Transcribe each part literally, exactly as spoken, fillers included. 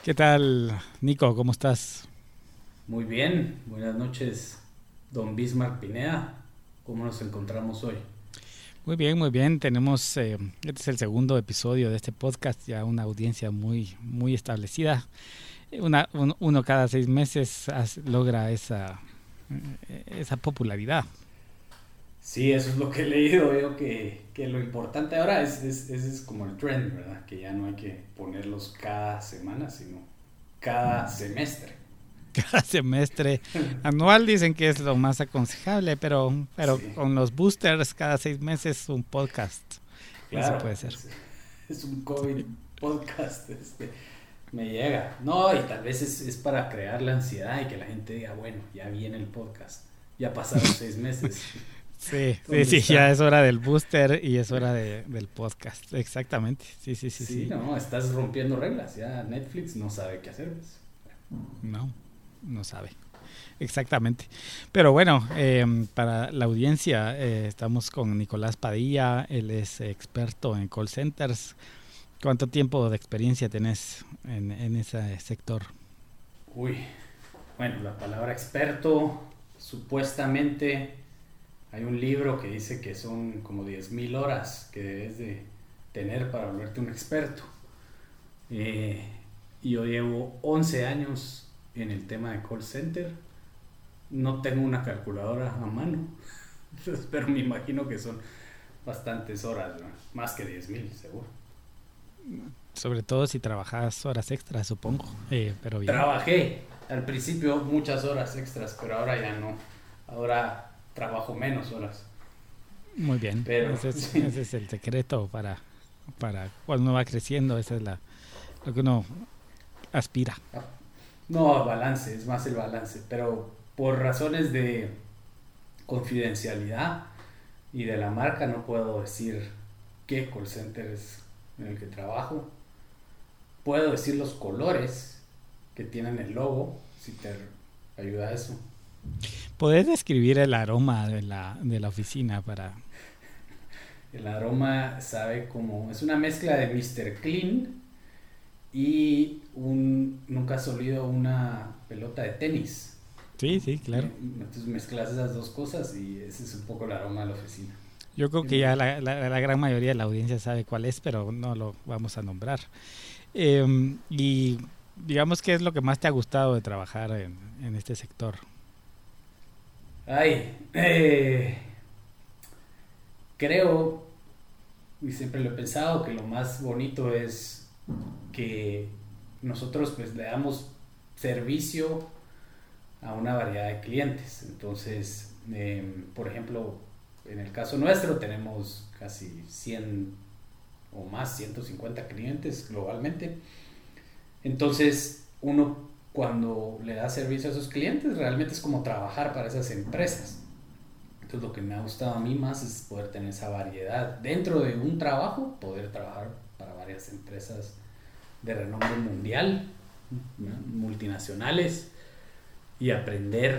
¿Qué tal, Nico? ¿Cómo estás? Muy bien, buenas noches, don Bismarck Pineda. ¿Cómo nos encontramos hoy? Muy bien, muy bien. Tenemos, eh, este es el segundo episodio de este podcast, ya una audiencia muy, muy establecida. Eh, Una, un- uno cada seis meses has- logra esa, eh, esa popularidad. Sí, eso es lo que he leído. Veo que, que lo importante ahora es, es, ese es como el trend, ¿verdad? Que ya no hay que ponerlos cada semana, sino cada semestre. Cada semestre anual dicen que es lo más aconsejable, pero, pero Sí, con los boosters cada seis meses un podcast. Eso claro, puede ser. es, es un COVID podcast, este, me llega. No, y tal vez es, es para crear la ansiedad y que la gente diga, bueno, ya viene el podcast, ya pasaron seis meses. Sí, sí, ¿Dónde sí, ya está? es hora del booster y es hora de, del podcast. Exactamente. Sí, sí, sí, Sí, sí. no, estás rompiendo reglas. Ya Netflix no sabe qué hacer, pues. No, no sabe. Exactamente. Pero bueno, eh, para la audiencia, eh, estamos con Nicolás Padilla. Él es experto en call centers. ¿Cuánto tiempo de experiencia tenés en, en ese sector? Uy, bueno, la palabra experto, supuestamente hay un libro que dice que son como diez mil horas que debes de tener para volverte un experto. Eh, y yo llevo once años en el tema de call center. No tengo una calculadora a mano, pero me imagino que son bastantes horas, ¿no? Más que diez mil, seguro. Sobre todo si trabajas horas extras, supongo. Eh, pero bien, Trabajé al principio muchas horas extras, pero ahora ya no. Ahora trabajo menos horas. muy bien. Pero Ese es, sí, ese es el secreto para, para cuando uno va creciendo. Esa es la, lo que uno aspira. no balance, es más el balance. Pero por razones de confidencialidad y de la marca no puedo decir qué call center es en el que trabajo. Puedo decir los colores que tienen el logo, si te ayuda eso. ¿Podés describir el aroma de la, de la oficina para... El aroma sabe como... Es una mezcla de míster Clean y un... Nunca has olido una pelota de tenis. Sí, sí, claro. Entonces mezclas esas dos cosas y ese es un poco el aroma de la oficina. Yo creo que ya la, la- la gran mayoría de la audiencia sabe cuál es, pero no lo vamos a nombrar. Em, y digamos, ¿qué es lo que más te ha gustado de trabajar en, en este sector? Ay, eh, creo, y siempre lo he pensado, que lo más bonito es que nosotros pues le damos servicio a una variedad de clientes. Entonces, eh, por ejemplo, en el caso nuestro tenemos casi cien o más, ciento cincuenta clientes globalmente. Entonces, uno cuando le da servicio a esos clientes, realmente es como trabajar para esas empresas. Entonces, lo que me ha gustado a mí más es poder tener esa variedad. Dentro de un trabajo, poder trabajar para varias empresas de renombre mundial, ¿no? Multinacionales, y aprender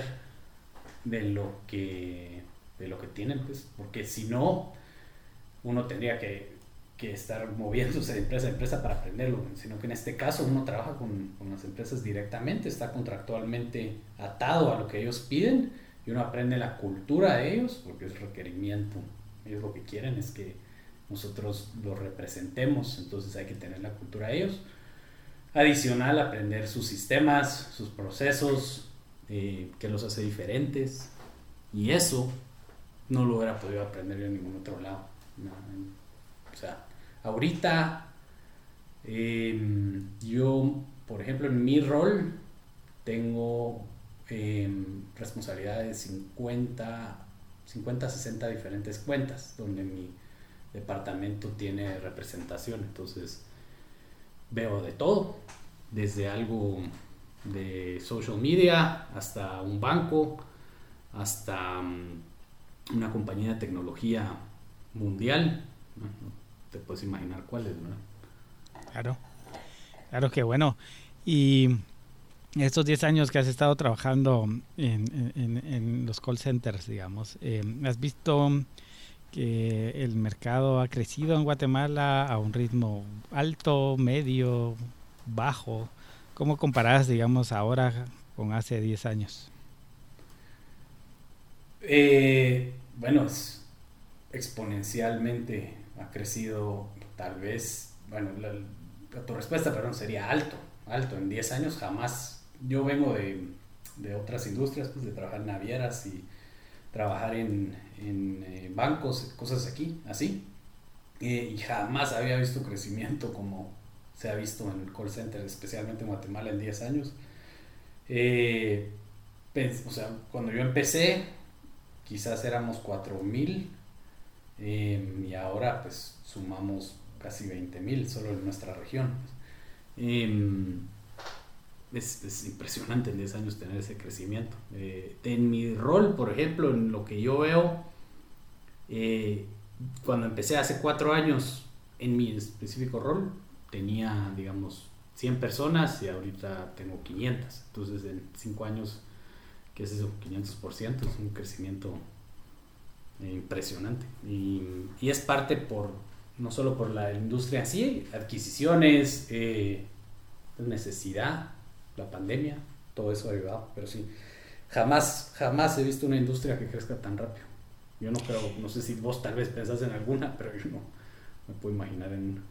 de lo que de lo que tienen, pues, porque si no uno tendría que, que estar moviéndose de empresa a empresa para aprenderlo, sino que en este caso uno trabaja con, con las empresas directamente, está contractualmente atado a lo que ellos piden y uno aprende la cultura de ellos porque es requerimiento. Ellos lo que quieren es que nosotros los representemos, entonces hay que tener la cultura de ellos. Adicional, aprender sus sistemas, sus procesos, eh, que los hace diferentes. Y eso no lo hubiera podido aprender yo en ningún otro lado. No, en- o sea, ahorita eh, yo, por ejemplo, en mi rol tengo eh, responsabilidad de cincuenta, cincuenta, sesenta diferentes cuentas donde mi departamento tiene representación. Entonces veo de todo, desde algo de social media hasta un banco, hasta um, una compañía de tecnología mundial. No, no te puedes imaginar cuáles, ¿verdad? Claro, claro que bueno. Y estos diez años que has estado trabajando en, en- en los call centers, digamos, eh, ¿has visto que el mercado ha crecido en Guatemala a un ritmo alto, medio, bajo? ¿Cómo comparás, digamos, ahora con hace diez años? Eh, bueno, es exponencialmente ha crecido, tal vez, bueno, la, la- tu respuesta, perdón, sería alto, alto. En diez años jamás, yo vengo de, de otras industrias, pues de trabajar en navieras y trabajar en, en eh, bancos, cosas aquí, así. Eh, y jamás había visto crecimiento como se ha visto en call center, especialmente en Guatemala en diez años. Eh, pens- o sea, cuando yo empecé, quizás éramos cuatro mil eh, y ahora pues sumamos casi veinte mil solo en nuestra región. Eh, es, es impresionante en diez años tener ese crecimiento. Eh, en mi rol, por ejemplo, en lo que yo veo, eh, cuando empecé hace cuatro años en mi específico rol, tenía, digamos, cien personas y ahorita tengo quinientas. Entonces, en cinco años, ¿qué es eso? quinientos por ciento, es un crecimiento eh, impresionante. Y, y es parte por, no solo por la industria en sí, adquisiciones, eh, necesidad, la pandemia, todo eso ha ayudado. Pero sí, jamás, jamás he visto una industria que crezca tan rápido. Yo no creo, no sé si vos tal vez pensás en alguna, pero yo no me puedo imaginar en una.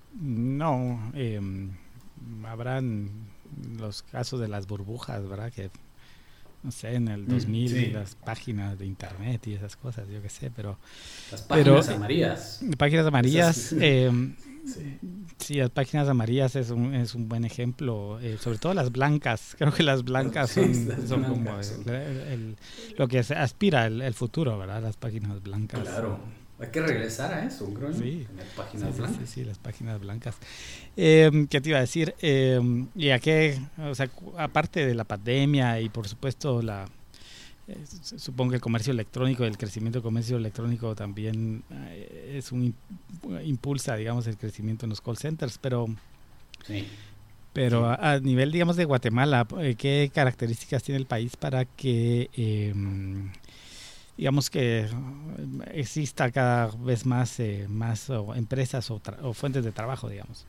No, eh, habrán los casos de las burbujas, ¿verdad? Que, no sé, en el Mm, dos mil sí, las páginas de internet y esas cosas, yo qué sé, pero, las pero páginas eh, amarillas. páginas Esas, amarillas, eh, sí, sí, las páginas amarillas es un, es un buen ejemplo, eh, sobre todo las blancas, creo que las las, blancas sí, son, las son como blancas el- son. el- lo que se aspira el, el futuro, ¿verdad? Las páginas blancas Claro, son... hay que regresar a eso, creo yo, Sí, tener sí, páginas sí, sí, blancas. sí, las páginas blancas. Eh, ¿qué te iba a decir? Eh, y a qué, o sea, cu- aparte de la pandemia y por supuesto la, eh, s- supongo que el comercio electrónico, el crecimiento del comercio electrónico también eh, es un im- impulsa, digamos, el crecimiento en los call centers, pero, Sí. pero a, a nivel, digamos, de Guatemala, eh, ¿qué características tiene el país para que eh, digamos que eh, exista cada vez más, eh, más o empresas o, tra- o fuentes de trabajo, digamos?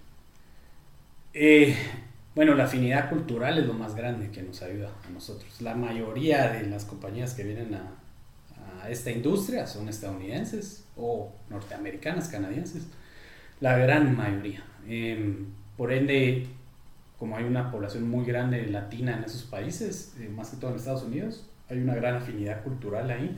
Eh, bueno, la afinidad cultural es lo más grande que nos ayuda a nosotros. La mayoría de las compañías que vienen a, a esta industria son estadounidenses o norteamericanas, canadienses. La gran mayoría. Eh, por ende, como hay una población muy grande latina en esos países, eh, más que todo en Estados Unidos, hay una gran afinidad cultural ahí.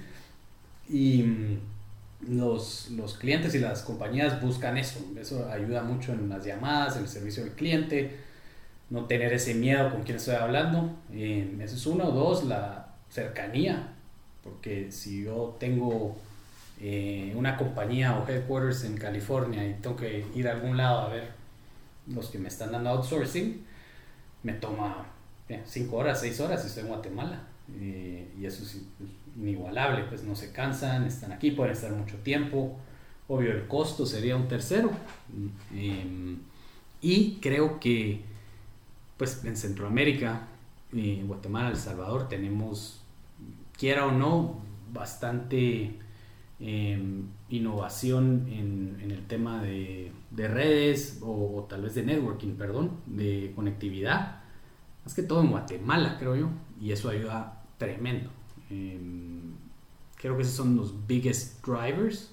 Y mm, los, los clientes y las compañías buscan eso. Eso ayuda mucho en las llamadas, en el servicio al cliente, no tener ese miedo con quién estoy hablando. Eh, eso es uno. Dos, la cercanía. Porque si yo tengo eh, una compañía o headquarters en California y tengo que ir a algún lado a ver los que me están dando outsourcing, me toma eh, cinco horas, seis horas y estoy en Guatemala. Eh, y eso es inigualable, pues no se cansan, están aquí, pueden estar mucho tiempo. Obvio, el costo sería un tercero. Eh, y creo que, pues en Centroamérica, eh, en Guatemala, El Salvador, tenemos, quiera o no, bastante eh, innovación en, en, el tema de, de redes o, o, tal vez de networking, perdón, de conectividad, más que todo en Guatemala, creo yo, y eso ayuda tremendo. Eh, creo que esos son los biggest drivers.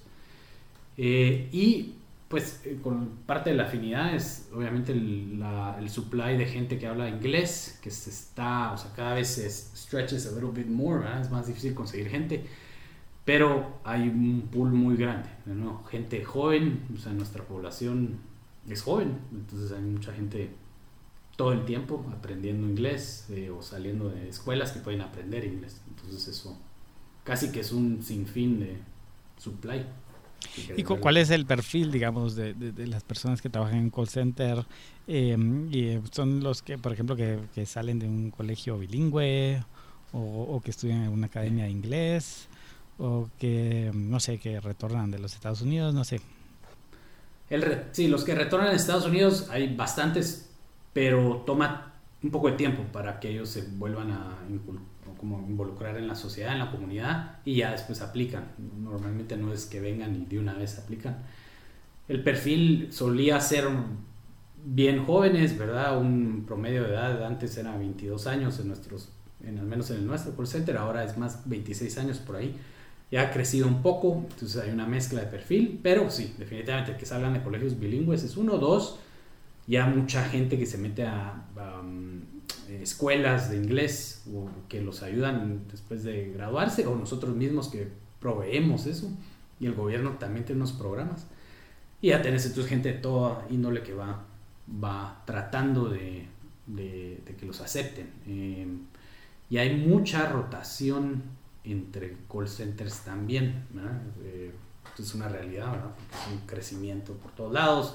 Eh, y pues eh, con parte de la afinidad es obviamente el, la, el supply de gente que habla inglés, que se está, o sea, cada vez se stretches a little bit more, ¿verdad? Es más difícil conseguir gente. Pero hay un pool muy grande, ¿no? Gente joven, o sea, nuestra población es joven, entonces hay mucha gente todo el tiempo aprendiendo inglés eh, o saliendo de escuelas que pueden aprender inglés. Entonces eso casi que es un sinfín de supply. Si ¿Y cu- cuál es el perfil, digamos, de, de, de las personas que trabajan en call center? Eh, y eh, ¿son los que, por ejemplo, que, que salen de un colegio bilingüe o, o que estudian en una academia de inglés? O que, no sé, que retornan de los Estados Unidos, no sé. El re- sí, los que retornan a Estados Unidos hay bastantes, pero toma un poco de tiempo para que ellos se vuelvan a incul- como involucrar en la sociedad, en la comunidad, y ya después aplican. Normalmente no es que vengan y de una vez aplican. El perfil solía ser bien jóvenes, ¿verdad? Un promedio de edad antes era veintidós años en nuestros, en, al menos en el nuestro call center, ahora es más veintiséis años por ahí. Ya ha crecido un poco, entonces hay una mezcla de perfil, pero sí, definitivamente que salgan de colegios bilingües es uno. Dos, ya mucha gente que se mete a, a um, escuelas de inglés o que los ayudan después de graduarse, o nosotros mismos que proveemos eso, y el gobierno también tiene unos programas. Y ya tenés entonces gente de toda índole que va, va tratando de, de, de que los acepten. Eh, y hay mucha rotación entre call centers también, ¿verdad? Eh, es una realidad, ¿verdad? Porque es un crecimiento por todos lados.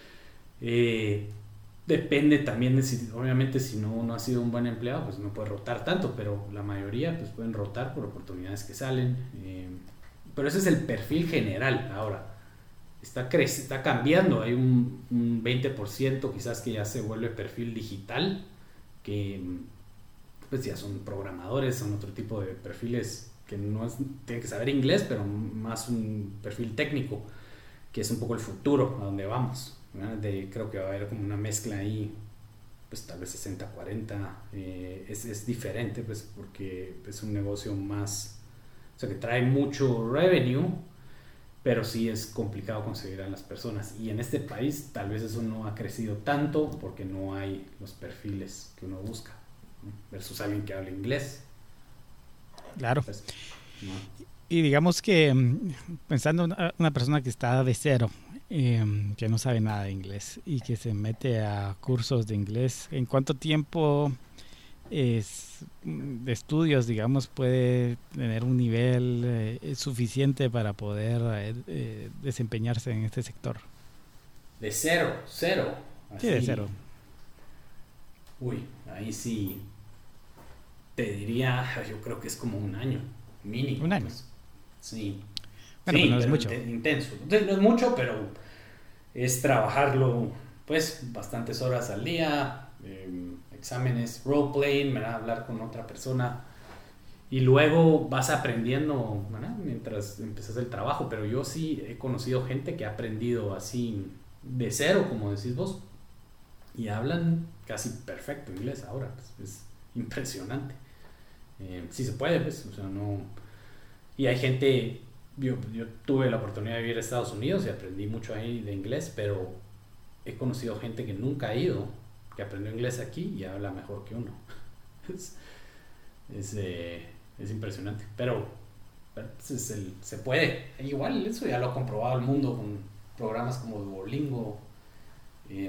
Eh, depende también de si, obviamente, si no, no ha sido un buen empleado, pues no puede rotar tanto, pero la mayoría pues pueden rotar por oportunidades que salen. Eh, pero ese es el perfil general. Ahora, está, cre- está cambiando, hay un, un veinte por ciento quizás que ya se vuelve perfil digital, que pues ya son programadores, son otro tipo de perfiles que no es, tienen que saber inglés, pero más un perfil técnico, que es un poco el futuro, a donde vamos. De, creo que va a haber como una mezcla ahí, pues tal vez sesenta cuarenta, eh, es, es diferente, pues porque es un negocio más, o sea, que trae mucho revenue, pero sí es complicado conseguir a las personas. Y en este país tal vez eso no ha crecido tanto porque no hay los perfiles que uno busca, ¿no? Versus alguien que habla inglés. Claro. Pues, no. Y digamos que pensando en una persona que está de cero, eh, que no sabe nada de inglés y que se mete a cursos de inglés, ¿en cuánto tiempo es, de estudios, digamos, puede tener un nivel eh, suficiente para poder eh, eh, desempeñarse en este sector? De cero, cero. Sí, Así. de cero. Uy, ahí sí te diría, yo creo que es como un año mínimo. Un año. Pues. Sí. Bueno, Sí, pues no es pero mucho. int- intenso. Entonces, no es mucho, pero es trabajarlo pues bastantes horas al día, eh, exámenes, role-playing, ¿verdad? Hablar con otra persona. Y luego vas aprendiendo, ¿verdad? Mientras empiezas el trabajo. Pero yo sí he conocido gente que ha aprendido así de cero, como decís vos. Y hablan casi perfecto inglés ahora. Pues, es impresionante. Eh, sí se puede, pues. O sea, no... Y hay gente... Yo, yo tuve la oportunidad de vivir en Estados Unidos y aprendí mucho ahí de inglés, pero he conocido gente que nunca ha ido, que aprendió inglés aquí y habla mejor que uno. Es, es, eh, es impresionante. Pero, pero pues, es el, se puede. E igual eso ya lo ha comprobado el mundo con programas como Duolingo, eh,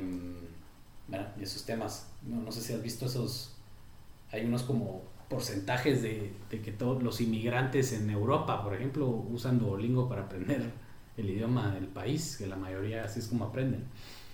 y esos temas. No, no sé si has visto esos... Hay unos como porcentajes de, de que todos los inmigrantes en Europa, por ejemplo, usan Duolingo para aprender el idioma del país, que la mayoría así es como aprenden.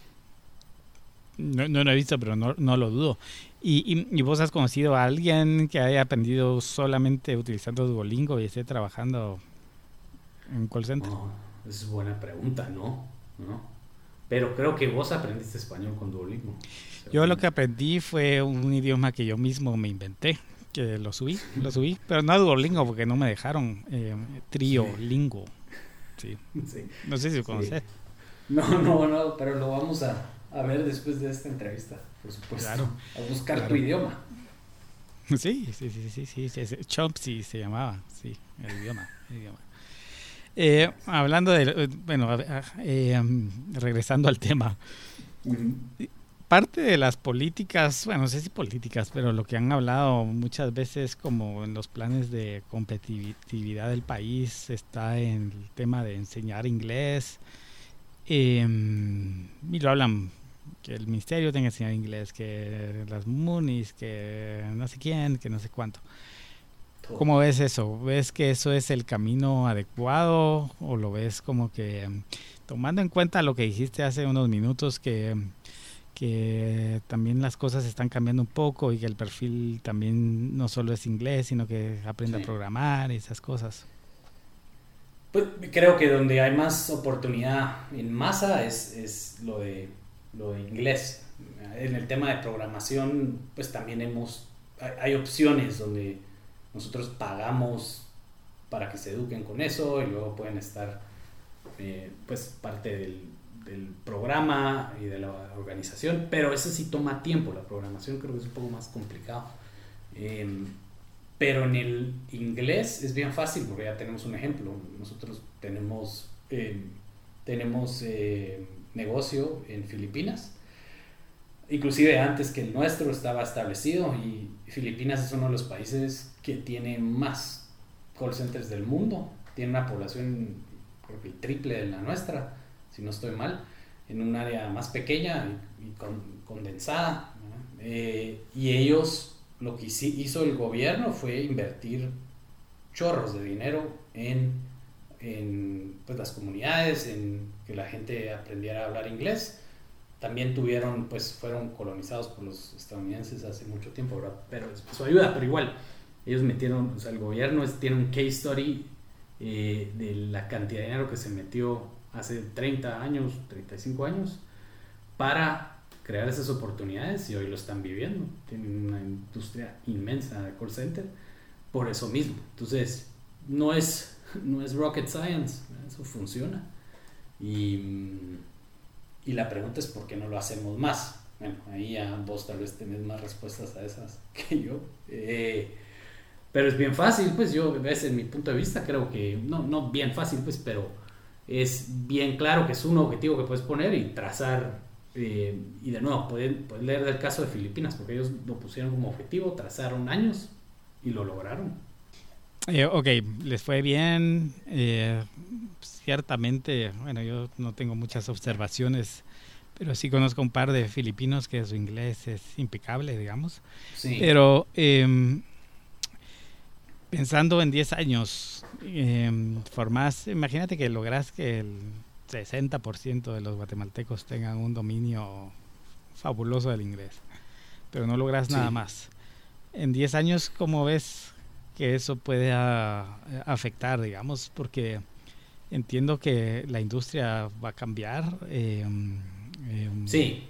No, no lo he visto, pero no, no lo dudo. ¿Y, y, ¿Y vos has conocido a alguien que haya aprendido solamente utilizando Duolingo y esté trabajando en call center? Oh, esa es buena pregunta, ¿no? ¿no? Pero creo que vos aprendiste español con Duolingo. Yo lo que aprendí fue un idioma que yo mismo me inventé, que lo subí, lo subí, pero no a Duolingo porque no me dejaron. Eh, Triolingo. Sí. Sí. No sé si lo Sí. conoces. No, no, no, pero lo vamos a, a ver después de esta entrevista, por supuesto. Claro. A buscar Claro. tu idioma. Sí, sí, sí, sí, sí, sí, sí. Chomsky se llamaba, sí, el idioma. El idioma. Eh, hablando de, bueno, eh, regresando al tema, Uh-huh. parte de las políticas, bueno, no sé si políticas, pero lo que han hablado muchas veces como en los planes de competitividad del país está en el tema de enseñar inglés, eh, y lo hablan que el ministerio tenga que enseñar inglés, que las MUNIs, que no sé quién, que no sé cuánto. ¿Cómo ves eso? ¿Ves que eso es el camino adecuado o lo ves como que, tomando en cuenta lo que dijiste hace unos minutos, que, que también las cosas están cambiando un poco y que el perfil también no solo es inglés, sino que aprende sí. a programar y esas cosas? Pues creo que donde hay más oportunidad en masa es, es lo, de, lo de inglés. En el tema de programación, pues también hemos, hay, hay opciones donde nosotros pagamos para que se eduquen con eso y luego pueden estar, eh, pues parte del, del programa y de la organización, pero eso sí toma tiempo. La programación creo que es un poco más complicado. Eh, pero en el inglés es bien fácil, porque ya tenemos un ejemplo. Nosotros tenemos, eh, tenemos eh, negocio en Filipinas, inclusive antes que el nuestro estaba establecido, y Filipinas es uno de los países que tiene más call centers del mundo. Tiene una población, creo que el triple de la nuestra, si no estoy mal, en un área más pequeña y, y con, condensada, eh, y ellos, lo que hizo el gobierno fue invertir chorros de dinero en, en pues, las comunidades, en que la gente aprendiera a hablar inglés. También tuvieron, pues fueron colonizados por los estadounidenses hace mucho tiempo, ¿verdad? Pero eso ayuda, pero igual, ellos metieron, o sea, el gobierno es, tiene un case study eh, de la cantidad de dinero que se metió hace treinta años, treinta y cinco años, para crear esas oportunidades, y hoy lo están viviendo. Tienen una industria inmensa de call center por eso mismo. Entonces, no es, no es rocket science, eso funciona. Y, y la pregunta es por qué no lo hacemos más. Bueno, ahí ya vos tal vez tenés más respuestas a esas que yo. Eh, pero es bien fácil, pues yo, desde mi punto de vista, creo que, no, no bien fácil, pues, pero es bien claro que es un objetivo que puedes poner y trazar. Eh, y de nuevo, pueden, pueden leer del caso de Filipinas, porque ellos lo pusieron como objetivo, trazaron años y lo lograron. Eh, ok, les fue bien. Eh, ciertamente, bueno, yo no tengo muchas observaciones, pero sí conozco un par de filipinos que su inglés es impecable, digamos. Sí. Pero eh, pensando en diez años, eh, formás, imagínate que lográs que el sesenta por ciento de los guatemaltecos tengan un dominio fabuloso del inglés, pero no logras sí. nada más. En diez años, ¿cómo ves que eso puede a, afectar, digamos? Porque entiendo que la industria va a cambiar. Eh, eh, sí.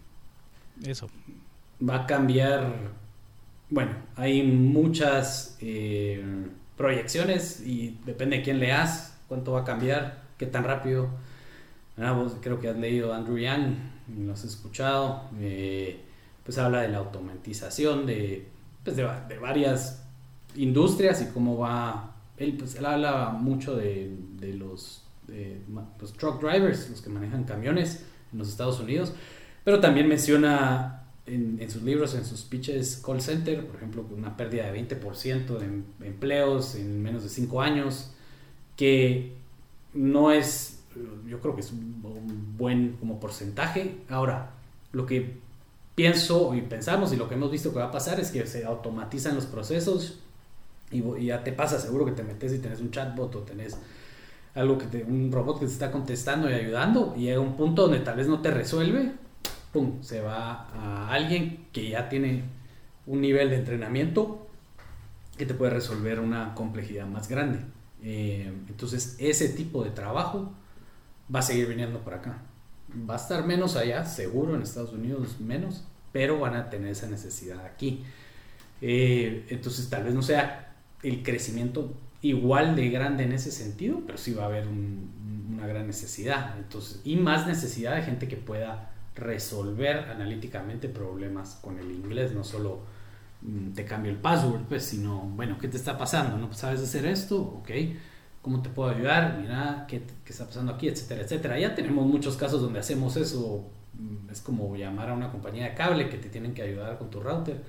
Eso. Va a cambiar. Bueno, hay muchas eh, proyecciones y depende de quién leas, cuánto va a cambiar, qué tan rápido. Ah, vos creo que has leído Andrew Yang, lo has escuchado, eh, pues habla de la automatización de, pues de, de varias industrias y cómo va, él, pues él habla mucho de, de los, de los truck drivers, los que manejan camiones en los Estados Unidos, pero también menciona en, en sus libros, en sus pitches call center, por ejemplo, una pérdida de veinte por ciento de empleos en menos de cinco años, que no es... yo creo que es un buen como porcentaje. Ahora, lo que pienso y pensamos y lo que hemos visto que va a pasar es que se automatizan los procesos y, y ya te pasa, seguro que te metes y tenés un chatbot o tenés algo que te, un robot que te está contestando y ayudando, y llega un punto donde tal vez no te resuelve, pum, se va a alguien que ya tiene un nivel de entrenamiento que te puede resolver una complejidad más grande. Eh, entonces ese tipo de trabajo va a seguir viniendo por acá. Va a estar menos allá, seguro, en Estados Unidos menos, pero van a tener esa necesidad aquí. Eh, entonces tal vez no sea el crecimiento igual de grande en ese sentido, pero sí va a haber un, una gran necesidad. Entonces, y más necesidad de gente que pueda resolver analíticamente problemas con el inglés, no solo mm, te cambio el password, pues, sino, bueno, ¿qué te está pasando? ¿No sabes hacer esto? Ok. ¿Cómo te puedo ayudar? Mira, ¿qué, qué está pasando aquí? Etcétera, etcétera. Ya tenemos muchos casos donde hacemos eso. Es como llamar a una compañía de cable que te tienen que ayudar con tu router.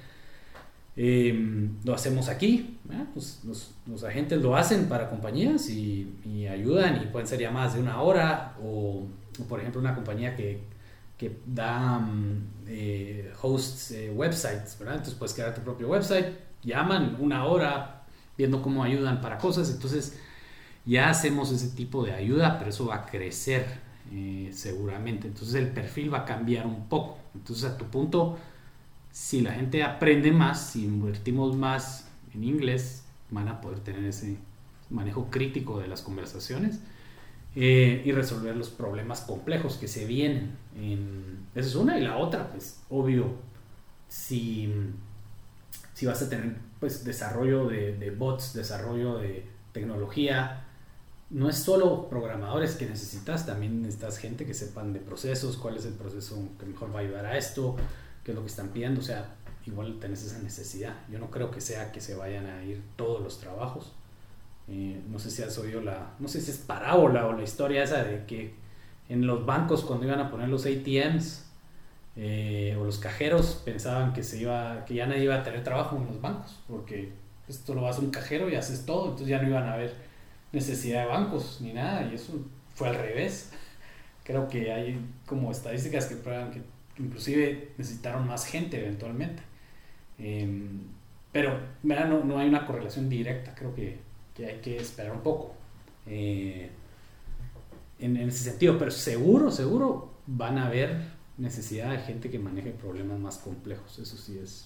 Eh, lo hacemos aquí. ¿eh? Pues los, los agentes lo hacen para compañías y, y ayudan, y pueden ser llamadas de una hora o, o por ejemplo, una compañía que, que da um, eh, hosts eh, websites, ¿verdad? Entonces puedes crear tu propio website. Llaman una hora viendo cómo ayudan para cosas. Entonces ya hacemos ese tipo de ayuda, pero eso va a crecer eh, seguramente. Entonces el perfil va a cambiar un poco. Entonces, a tu punto, si la gente aprende más, si invertimos más en inglés, van a poder tener ese manejo crítico de las conversaciones eh, y resolver los problemas complejos que se vienen. En, esa es una. Y la otra, pues obvio, si, si vas a tener pues desarrollo de, de bots, desarrollo de tecnología, no es solo programadores que necesitas, también necesitas gente que sepan de procesos, cuál es el proceso que mejor va a ayudar a esto, qué es lo que están pidiendo, o sea, igual tenés esa necesidad. Yo no creo que sea que se vayan a ir todos los trabajos. Eh, no sé si has oído la, no sé si es parábola o la historia esa de que en los bancos cuando iban a poner los A T Ms eh, o los cajeros pensaban que se iba, que ya nadie iba a tener trabajo en los bancos, porque esto lo vas a un cajero y haces todo, entonces ya no iban a haber necesidad de bancos ni nada, y eso fue al revés. Creo que hay como estadísticas que prueban que inclusive necesitaron más gente eventualmente. Eh, pero no, no hay una correlación directa, creo que, que hay que esperar un poco eh, en, en ese sentido, pero seguro, seguro van a haber necesidad de gente que maneje problemas más complejos, eso sí es,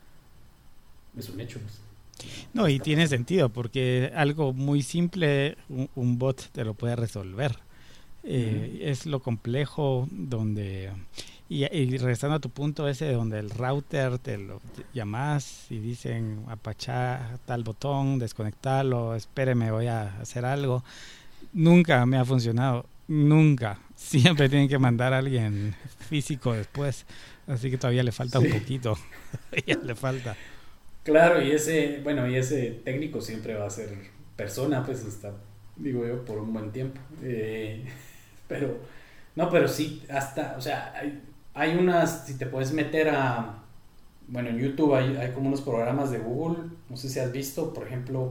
es un hecho, pues. No, y tiene sentido, porque algo muy simple, un, un bot te lo puede resolver. Eh, uh-huh. Es lo complejo donde... Y, y regresando a tu punto ese, donde el router te lo llamas y dicen apachá tal botón, desconectarlo, espéreme, voy a hacer algo. Nunca me ha funcionado, nunca. Siempre tienen que mandar a alguien físico después, así que todavía le falta sí. un poquito. Ya le falta. Claro, y ese, bueno, y ese técnico siempre va a ser persona, pues hasta, digo yo, por un buen tiempo. Eh, pero, no, pero sí, hasta, o sea, hay, hay unas, si te puedes meter a, bueno, en YouTube hay, hay como unos programas de Google, no sé si has visto, por ejemplo,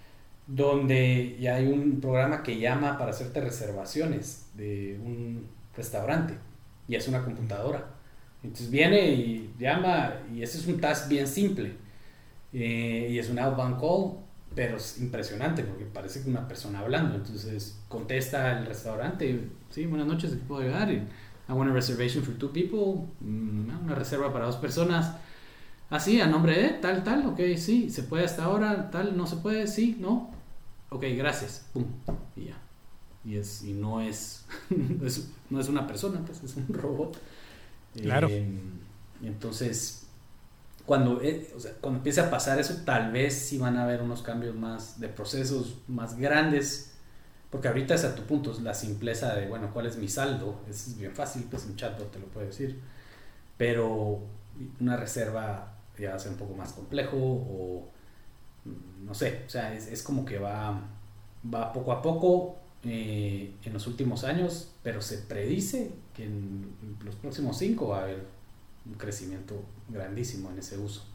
donde ya hay un programa que llama para hacerte reservaciones de un restaurante, y es una computadora. Entonces viene y llama, y ese es un task bien simple. Eh, y es un outbound call, pero es impresionante porque parece que una persona hablando. Entonces contesta el restaurante, sí, buenas noches, ¿de qué puedo ayudar? I want a reservation for two people, una reserva para dos personas. Así, ah, a nombre de tal, tal, ok, sí, se puede hasta ahora, tal, no se puede, sí, no, ok, gracias, pum, y ya. Y, es, y no es, es no es una persona, pues es un robot. Claro. Eh, y entonces Cuando, eh, o sea, cuando empiece a pasar eso, tal vez sí van a haber unos cambios más de procesos más grandes, porque ahorita es a tu punto, la simpleza de, bueno, ¿cuál es mi saldo? Eso es bien fácil, pues un chatbot te lo puede decir, pero una reserva ya va a ser un poco más complejo, o no sé, o sea, es, es como que va, va poco a poco eh, en los últimos años, pero se predice que en los próximos cinco va a haber un crecimiento grandísimo en ese uso.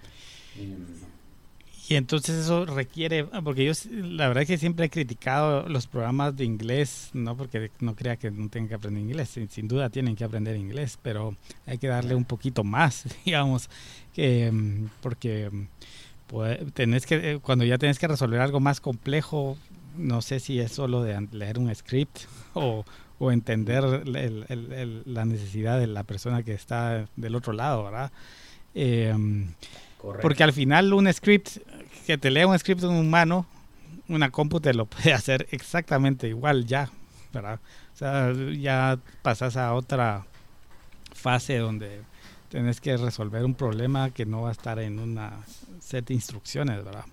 Y entonces eso requiere, porque yo la verdad es que siempre he criticado los programas de inglés, no porque no crea que no tengan que aprender inglés, sin, sin duda tienen que aprender inglés, pero hay que darle un poquito más, digamos, que porque pues, tenés que, cuando ya tenés que resolver algo más complejo, no sé si es solo de leer un script o o entender el, el, el, la necesidad de la persona que está del otro lado, ¿verdad? Eh, porque al final un script, que te lea un script de un humano, una compu te lo puede hacer exactamente igual ya, ¿verdad? O sea, ya pasas a otra fase donde tenés que resolver un problema que no va a estar en una set de instrucciones, ¿verdad?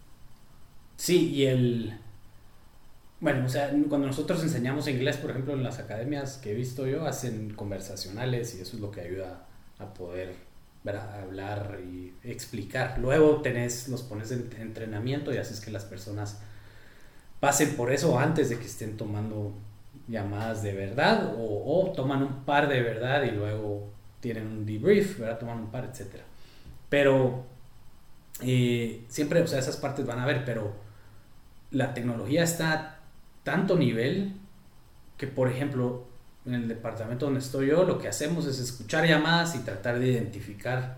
Sí, y el... Bueno, o sea, cuando nosotros enseñamos inglés, por ejemplo, en las academias que he visto yo, hacen conversacionales y eso es lo que ayuda a poder, ¿verdad?, hablar y explicar. Luego tenés, los pones en entrenamiento y haces que las personas pasen por eso antes de que estén tomando llamadas de verdad o, o toman un par de verdad y luego tienen un debrief, ¿verdad?, toman un par, etcétera. Pero eh, siempre, o sea, esas partes van a haber, pero la tecnología está tanto nivel que, por ejemplo, en el departamento donde estoy yo, lo que hacemos es escuchar llamadas y tratar de identificar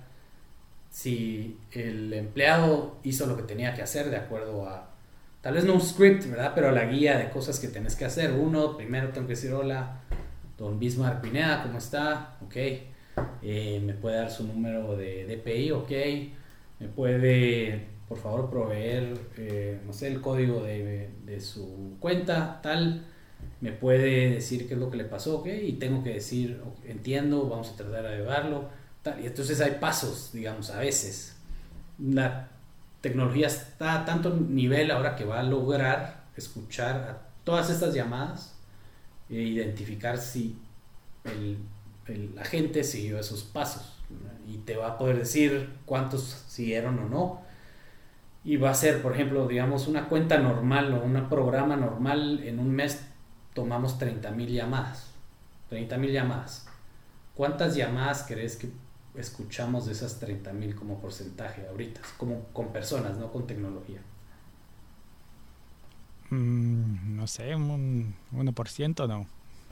si el empleado hizo lo que tenía que hacer de acuerdo a, tal vez no un script, ¿verdad?, pero a la guía de cosas que tenés que hacer. Uno, primero tengo que decir, hola, don Bismarck Pineda, ¿cómo está? Ok, eh, me puede dar su número de D P I, ok, me puede... por favor proveer, eh, no sé, el código de, de su cuenta, tal, me puede decir qué es lo que le pasó, ok, y tengo que decir, okay, entiendo, vamos a tratar de ayudarlo, tal, y entonces hay pasos, digamos, a veces. La tecnología está a tanto nivel ahora que va a lograr escuchar a todas estas llamadas e identificar si el, el agente siguió esos pasos, ¿verdad? Y te va a poder decir cuántos siguieron o no. Y va a ser, por ejemplo, digamos, una cuenta normal o un programa normal, en un mes tomamos treinta mil llamadas. treinta mil llamadas. ¿Cuántas llamadas crees que escuchamos de esas treinta mil como porcentaje ahorita? Como con personas, no con tecnología. Mm, no sé, un uno por ciento, ¿no?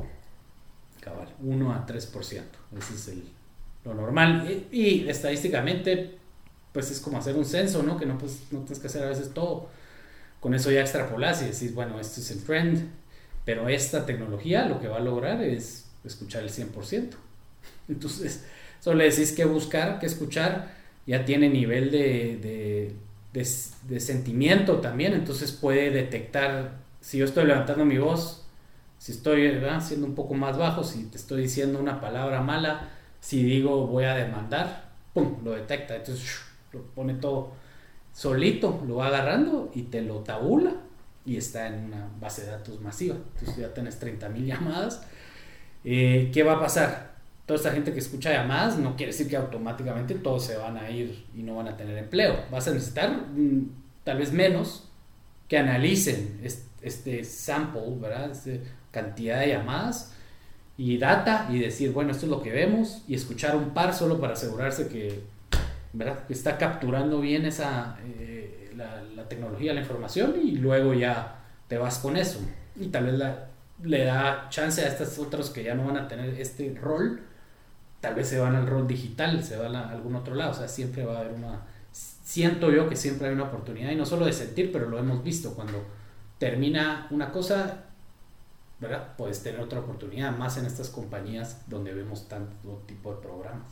Cabal, uno a tres por ciento. Ese es el, lo normal. Y, y estadísticamente, pues es como hacer un censo, ¿no? Que no, pues, no tienes que hacer a veces todo. Con eso ya extrapolas y decís, bueno, este es el trend. Pero esta tecnología lo que va a lograr es escuchar el cien por ciento. Entonces, solo le decís que buscar, que escuchar, ya tiene nivel de, de, de, de sentimiento también. Entonces puede detectar si yo estoy levantando mi voz, si estoy, ¿verdad?, siendo un poco más bajo, si te estoy diciendo una palabra mala, si digo voy a demandar, ¡pum!, lo detecta. Entonces lo pone todo solito, lo va agarrando y te lo tabula y está en una base de datos masiva. Entonces ya tenés treinta mil llamadas. Eh, ¿qué va a pasar? Toda esta gente que escucha llamadas no quiere decir que automáticamente todos se van a ir y no van a tener empleo. Vas a necesitar mmm, tal vez menos que analicen este, este sample, ¿verdad? Este cantidad de llamadas y data y decir, bueno, esto es lo que vemos, y escuchar un par solo para asegurarse que, ¿verdad?, que está capturando bien esa eh, la, la tecnología, la información, y luego ya te vas con eso. Y tal vez la, le da chance a estos otros que ya no van a tener este rol, tal vez se van al rol digital, se van a algún otro lado. O sea, siempre va a haber una, siento yo que siempre hay una oportunidad, y no solo de sentir, pero lo hemos visto, cuando termina una cosa, ¿verdad?, puedes tener otra oportunidad, más en estas compañías donde vemos tanto tipo de programas.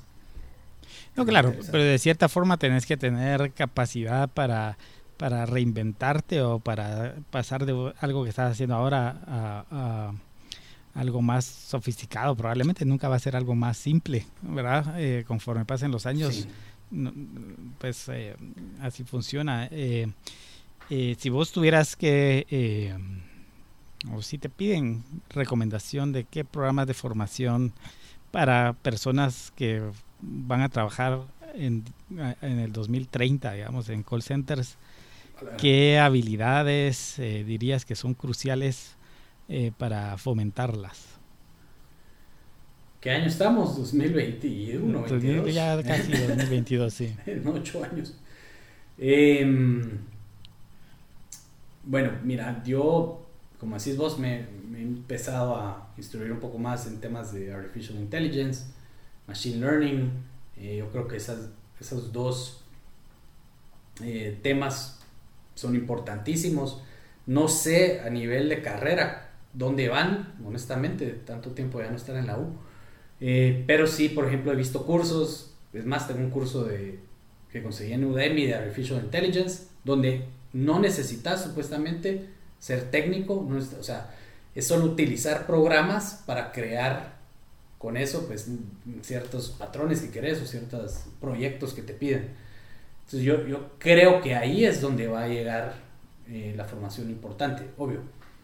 No, claro, pero de cierta forma tenés que tener capacidad para, para reinventarte o para pasar de algo que estás haciendo ahora a, a algo más sofisticado. Probablemente nunca va a ser algo más simple, ¿verdad? Eh, conforme pasen los años, sí. no, pues eh, así funciona. Eh, eh, si vos tuvieras que, eh, o si te piden recomendación de qué programas de formación para personas que van a trabajar en, en el dos mil treinta, digamos, en call centers, ¿qué habilidades eh, dirías que son cruciales eh, para fomentarlas? ¿Qué año estamos? dos mil veintiuno, veintidós. Ya casi dos mil veintidós, sí. En ocho años. Eh, bueno, mira, yo, como decís vos, me, me he empezado a instruir un poco más en temas de Artificial Intelligence, Machine Learning. Eh, yo creo que esas, esos dos eh, temas son importantísimos. No sé a nivel de carrera dónde van, honestamente, tanto tiempo ya no estar en la U. Eh, pero sí, por ejemplo, he visto cursos. Es más, tengo un curso de, que conseguí en Udemy de Artificial Intelligence, donde no necesitas supuestamente ser técnico, no es, o sea, es solo utilizar programas para crear con eso, pues, ciertos patrones que querés o ciertos proyectos que te piden. Entonces yo, yo creo que ahí es donde va a llegar eh, la formación importante, obvio.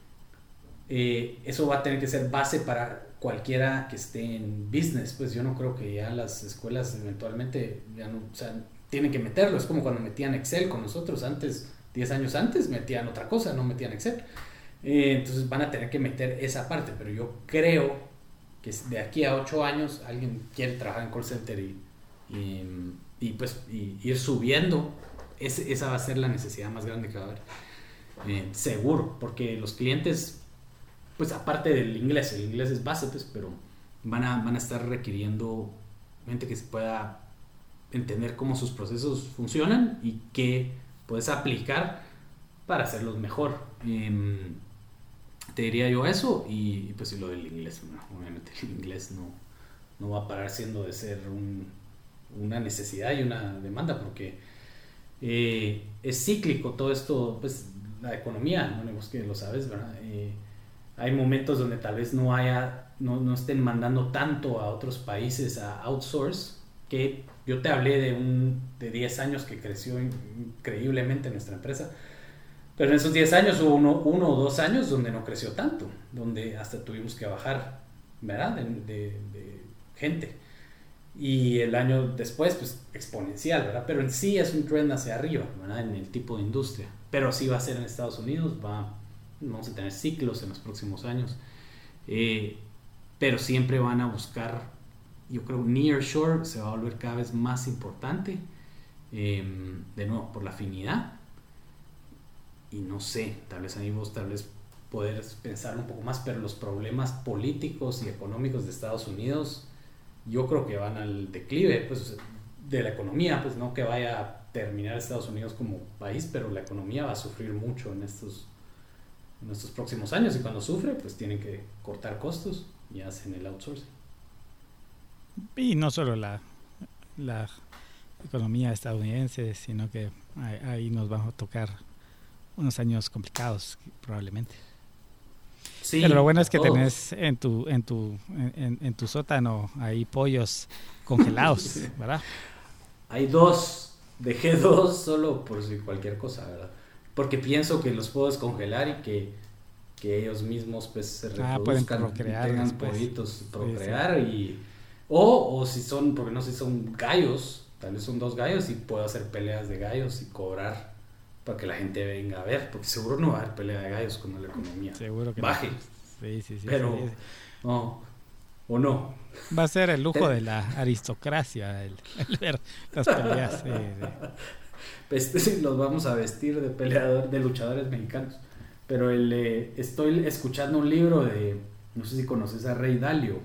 Eh, eso va a tener que ser base para cualquiera que esté en business. Pues yo no creo que ya las escuelas eventualmente ya no, o sea, tienen que meterlo. Es como cuando metían Excel con nosotros antes, diez años antes metían otra cosa, no metían Excel. Eh, entonces van a tener que meter esa parte, pero yo creo que de aquí a ocho años alguien quiere trabajar en call center y, y, y pues y ir subiendo, es, esa va a ser la necesidad más grande que va a haber, eh, seguro, porque los clientes, pues aparte del inglés, el inglés es base, pues, pero van a, van a estar requiriendo gente que se pueda entender cómo sus procesos funcionan y qué puedes aplicar para hacerlos mejor. eh, Te diría yo eso, y, y pues y lo del inglés, no, obviamente el inglés no, no va a parar siendo de ser un, una necesidad y una demanda, porque eh, es cíclico todo esto, pues la economía, no digamos que lo sabes, ¿verdad? Eh, hay momentos donde tal vez no haya, no, no estén mandando tanto a otros países a outsource, que yo te hablé de un de diez años que creció increíblemente nuestra empresa. Pero en esos diez años hubo uno, uno o dos años donde no creció tanto, donde hasta tuvimos que bajar, ¿verdad? De, de, de gente. Y el año después, pues exponencial, ¿verdad? Pero en sí es un trend hacia arriba, ¿verdad? En el tipo de industria. Pero así va a ser en Estados Unidos, va, vamos a tener ciclos en los próximos años. Eh, pero siempre van a buscar, yo creo, nearshore se va a volver cada vez más importante, eh, de nuevo, por la afinidad. Y no sé, tal vez ahí vos tal vez poder pensar un poco más, pero los problemas políticos y económicos de Estados Unidos yo creo que van al declive, pues, de la economía, pues no que vaya a terminar Estados Unidos como país, pero la economía va a sufrir mucho en estos, en estos próximos años, y cuando sufre, pues tienen que cortar costos y hacen el outsourcing. Y no solo la, la economía estadounidense, sino que ahí, ahí nos vamos a tocar unos años complicados, probablemente. Sí, pero lo bueno es que todos. Tenés en tu en tu en, en tu sótano ahí pollos congelados, ¿verdad? Hay dos, dejé dos solo por si cualquier cosa, ¿verdad? Porque pienso que los puedo descongelar y que, que ellos mismos pues se reproduzcan, ah, pueden procrear, tengan después. Pollitos, procrear, sí, sí. Y o, o si son, porque no sé si son gallos, tal vez son dos gallos y puedo hacer peleas de gallos y cobrar para que la gente venga a ver, porque seguro no va a haber pelea de gallos cuando la economía seguro que baje. No. Sí, sí, sí. Pero, sí, sí. no, o no. Va a ser el lujo de la aristocracia el, el ver las peleas. Sí, sí. Pues, los vamos a vestir de peleador, de luchadores mexicanos. Pero el, eh, estoy escuchando un libro de, no sé si conoces a Ray Dalio.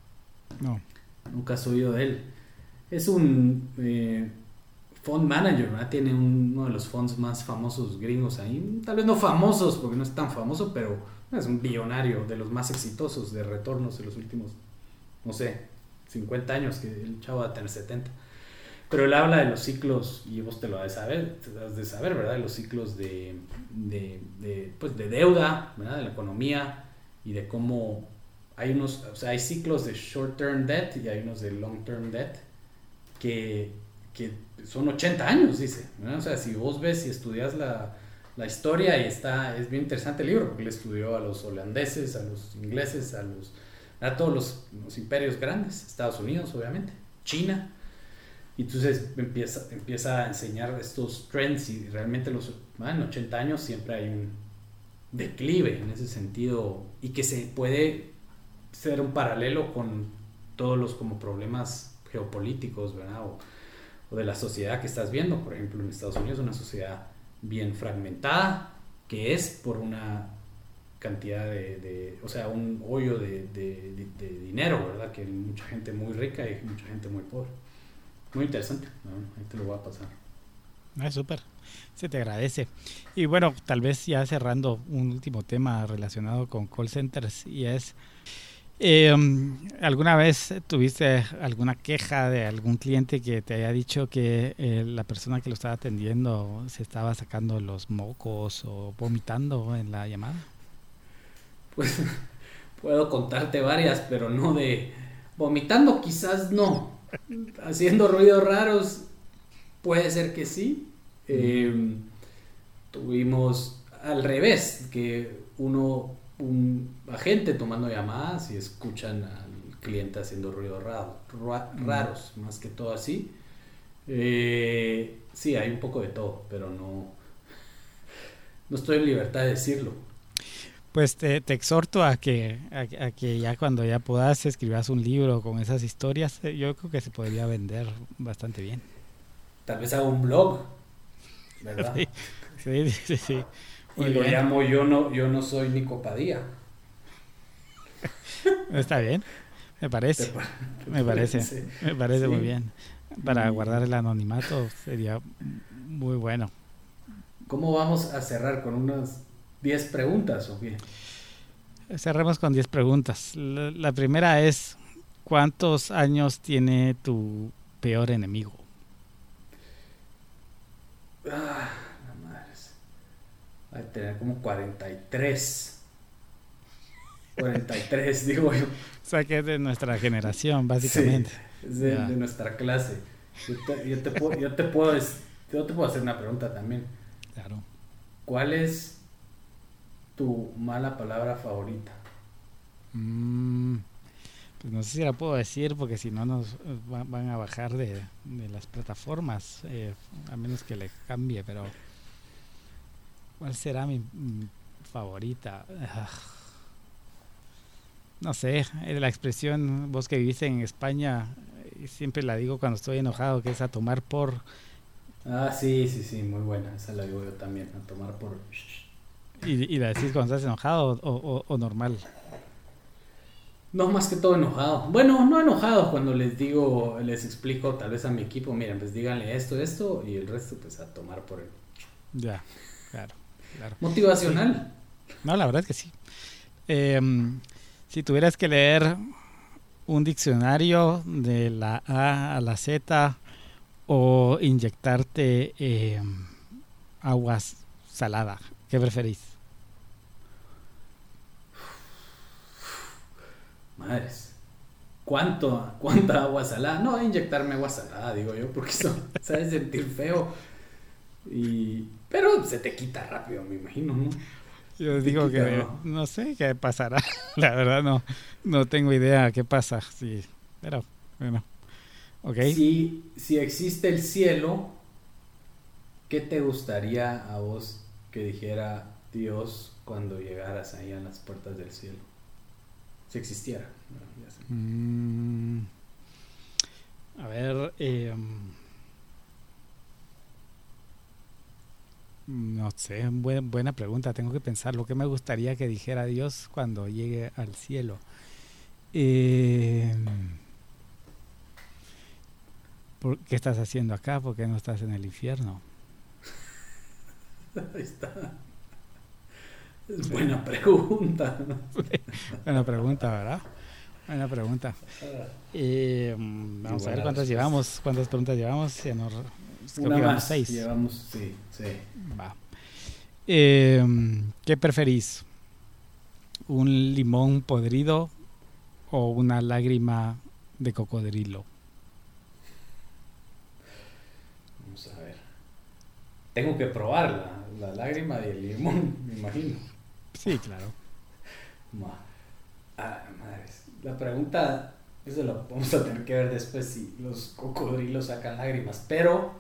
No. Nunca has oído de él. Es un... Eh, fund manager, ¿verdad? Tiene un, uno de los fondos más famosos gringos ahí, tal vez no famosos porque no es tan famoso, pero es un billonario, de los más exitosos de retornos de los últimos, no sé, cincuenta años, que el chavo va a tener setenta. Pero él habla de los ciclos, y vos te lo has de saber, te has de saber, ¿verdad? De los ciclos de, de, de, pues de deuda, ¿verdad? De la economía, y de cómo hay unos, o sea, hay ciclos de short term debt y hay unos de long term debt que que son ochenta años, dice, ¿no? O sea, si vos ves y estudias la, la historia, y está, es bien interesante el libro, porque él estudió a los holandeses, a los ingleses, a los a todos los, los imperios grandes, Estados Unidos, obviamente, China, y entonces empieza, empieza a enseñar estos trends, y realmente los, en ochenta años siempre hay un declive en ese sentido, y que se puede ser un paralelo con todos los como problemas geopolíticos, ¿verdad? O, o de la sociedad que estás viendo, por ejemplo en Estados Unidos, una sociedad bien fragmentada, que es por una cantidad de, de o sea, un hoyo de, de, de, de dinero, ¿verdad? Que hay mucha gente muy rica y mucha gente muy pobre. Muy interesante, ¿no? Ahí te lo voy a pasar. Ah, súper, se te agradece. Y bueno, tal vez ya cerrando un último tema relacionado con call centers, y es... Eh, ¿alguna vez tuviste alguna queja de algún cliente que te haya dicho que eh, la persona que lo estaba atendiendo se estaba sacando los mocos o vomitando en la llamada? Pues puedo contarte varias, pero no de... Vomitando quizás no. Haciendo ruidos raros puede ser que sí. Eh, tuvimos al revés, que uno... un agente tomando llamadas y escuchan al cliente haciendo ruidos raro, ra, raros, mm. más que todo así. Eh, sí, hay un poco de todo, pero no, no estoy en libertad de decirlo. Pues te, te exhorto a que, a, a que ya cuando ya puedas escribas un libro con esas historias. Yo creo que se podría vender bastante bien. Tal vez haga un blog, ¿verdad? Sí, sí, sí, sí. Muy y bien. Lo llamo yo no, yo no soy Nico Padilla. Está bien, me parece, ¿Te, te me parece, parece, me parece sí. Muy bien. Para guardar el anonimato sería muy bueno. ¿Cómo vamos a cerrar? ¿Con unas diez preguntas o qué? Cerremos con diez preguntas. La, la primera es, ¿cuántos años tiene tu peor enemigo? Ah, la madre. Va a tener como cuarenta y tres. cuarenta y tres, digo yo. O sea que es de nuestra generación, básicamente. Sí, es de, de nuestra clase. Yo te, yo, te puedo, yo, te puedo, yo te puedo hacer una pregunta también. Claro. ¿cuál es tu mala palabra favorita? Mm, pues no sé si la puedo decir porque si no nos va- van a bajar de, de las plataformas, eh, a menos que le cambie, pero ¿cuál será mi, mi favorita? Ah, no sé, eh, la expresión, vos que viviste en España, eh, siempre la digo cuando estoy enojado, que es a tomar por... Ah, sí, sí, sí, muy buena. Esa la digo yo también, a tomar por... Y, y la decís cuando estás enojado o, o- o normal. No, más que todo enojado. Bueno, no enojado cuando les digo, les explico tal vez a mi equipo, miren, pues díganle esto, esto, y el resto pues a tomar por el... Ya, claro, claro. Sí, Motivacional. no, la verdad es que sí. Em, si tuvieras que leer un diccionario de la A a la Z o inyectarte em, aguas salada, ¿qué preferís? Madres. ¿Cuánto, cuánta agua salada? No, inyectarme agua salada, digo yo, porque eso sabes sentir feo. Y... Pero se te quita rápido, me imagino, ¿no? Se Yo te digo quita, que ¿no? no sé qué pasará. La verdad no, no tengo idea qué pasa. Sí, pero bueno, ok. Si, si existe el cielo, ¿qué te gustaría a vos que dijera Dios cuando llegaras ahí a las puertas del cielo? Si existiera. ¿No? Ya sé. Mm, a ver, em, no sé, buen- buena pregunta. Tengo que pensar lo que me gustaría que dijera Dios cuando llegue al cielo. Em, ¿por- ¿qué estás haciendo acá? ¿Por qué no estás en el infierno? Ahí está. Es Sí, buena pregunta. buena pregunta, ¿verdad? Buena pregunta. Eh, mm, Y vamos a ver buena cuántas respuesta. llevamos. ¿Cuántas preguntas llevamos? Ya no re- creo que Una llevamos más. seis. Llevamos, sí, sí. Va. Eh, ¿qué preferís? ¿Un limón podrido o una lágrima de cocodrilo? Vamos a ver. Tengo que probar la, la lágrima y el limón, me imagino. Sí, claro. Ma- Ah, madres. La pregunta, eso lo vamos a tener que ver después si los cocodrilos sacan lágrimas. Pero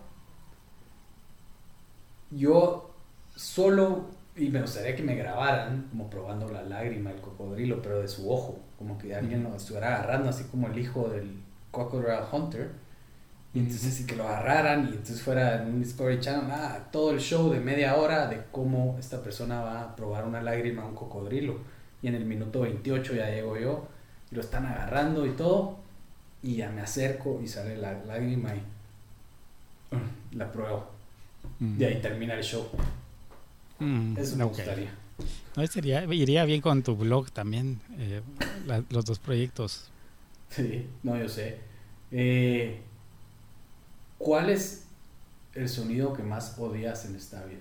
yo solo, y me gustaría que me grabaran como probando la lágrima del cocodrilo, pero de su ojo, como que alguien Ujú, lo estuviera agarrando, así como el hijo del Crocodile Hunter. Y entonces ujú, sí que lo agarraran y entonces fuera en un Discovery Channel, ah, todo el show de media hora de cómo esta persona va a probar una lágrima a un cocodrilo. Y en el minuto veintiocho ya llego yo y lo están agarrando y todo. Y ya me acerco y sale la lágrima y uh, la pruebo. Y ujú, ahí termina el show. Eso ujú. me Ok. gustaría. No, sería, iría bien con tu blog también, eh, la- los dos proyectos. Sí, no, yo sé. Eh, ¿Cuál es el sonido que más odias en esta vida?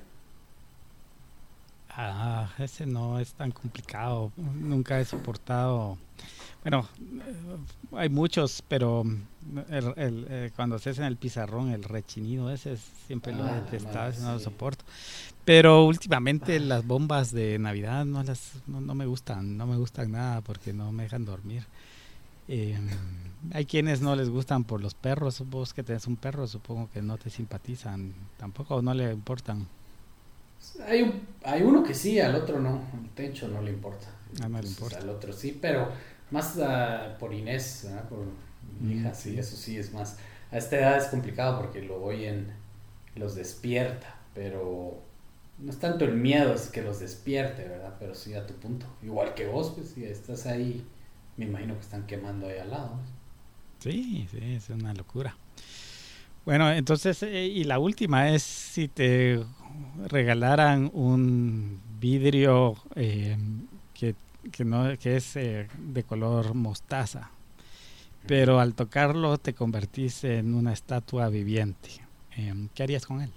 Ah, ese no es tan complicado. Nunca he soportado. Bueno, eh, hay muchos, pero mm, el- el, eh, cuando haces en el pizarrón, el rechinido ese es- siempre lo he Ah, la detestado, madre, ese no lo sí. soporto. Pero últimamente las bombas de Navidad no las no, no me gustan, no me gustan nada porque no me dejan dormir. Eh, hay quienes no les gustan por los perros. Vos que tenés un perro, supongo que no te simpatizan tampoco o no le importan. Hay, un- hay uno que sí, al otro no. Al Tencho no le importa. Ah, no le Entonces importa. al otro sí, pero más ah, por Inés, ¿verdad? Por mi Mm, hija, sí, sí. eso sí es más. A esta edad es complicado porque lo oyen, los despierta, pero no es tanto el miedo, es que los despierte, ¿verdad? Pero sí a tu punto. Igual que vos, pues si estás ahí, me imagino que están quemando ahí al lado, ¿no? Sí, sí, es una locura. Bueno, entonces, eh, y la última es si te regalaran un vidrio eh, que, que no, que es eh, de color mostaza, pero al tocarlo te convertís en una estatua viviente. Em, ¿qué harías con él?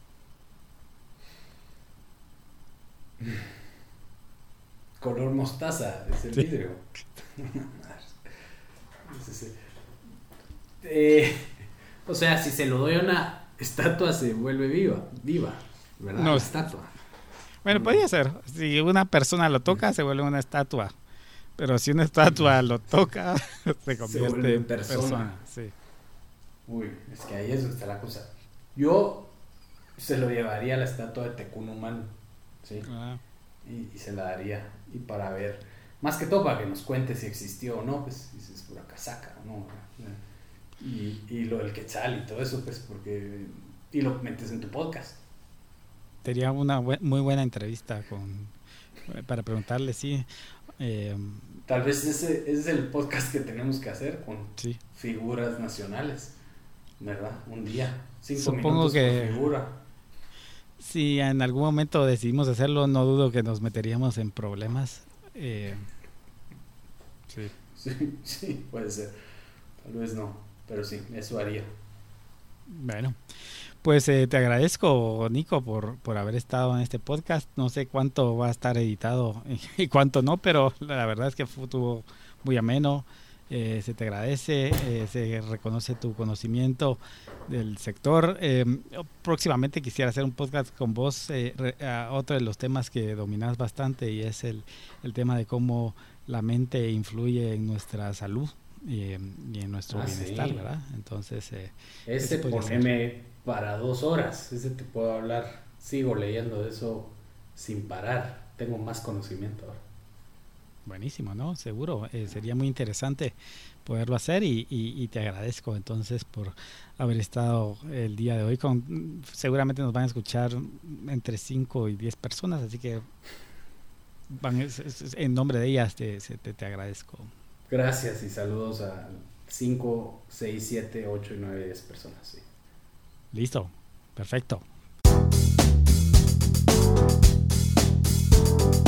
Color mostaza es el Sí. vidrio. Sí, sí. Eh, o sea, si se lo doy a una estatua se vuelve viva, viva, ¿verdad? No, La s- estatua. Bueno, podría ser. Si una persona lo toca, se vuelve una estatua. Pero si una estatua lo toca, se convierte se en persona. persona. Sí. Uy, es que ahí es donde está la cosa. Yo se lo llevaría a la estatua de Tecún ¿sí? Ah. Y, y se la daría. Y para ver, más que todo para que nos cuente si existió o no, pues si es pura casaca o no. Y, y lo del Quetzal y todo eso, pues porque... Y lo metes en tu podcast. Sería una bu- muy buena entrevista con para preguntarle, sí. Eh, Tal vez ese, ese es el podcast que tenemos que hacer con sí. figuras nacionales, ¿verdad? Un día, cinco Supongo minutos que por figura. si en algún momento decidimos hacerlo, no dudo que nos meteríamos en problemas. Eh, sí. Sí, sí, puede ser. Tal vez no, pero sí, eso haría. Bueno, pues eh, te agradezco, Nico, por, por haber estado en este podcast. No sé cuánto va a estar editado y cuánto no, pero la verdad es que fue, estuvo muy ameno. Eh, se te agradece, eh, se reconoce tu conocimiento del sector. Eh, próximamente quisiera hacer un podcast con vos, eh, re, a otro de los temas que dominás bastante, y es el, el tema de cómo la mente influye en nuestra salud y, y en nuestro Ah, bienestar, sí. ¿verdad? Entonces, eh, Ese podría ser. poneme para dos horas, ese te puedo hablar. Sigo leyendo de eso sin parar. Tengo más conocimiento ahora. Buenísimo, ¿no? Seguro. Eh, sería muy interesante poderlo hacer y, y, y te agradezco entonces por haber estado el día de hoy. Con, seguramente nos van a escuchar entre cinco y diez personas, así que van, es, es, en nombre de ellas te, te, te agradezco. Gracias y saludos a cinco, seis, siete, ocho y nueve, diez personas. Sí. Listo. Perfecto.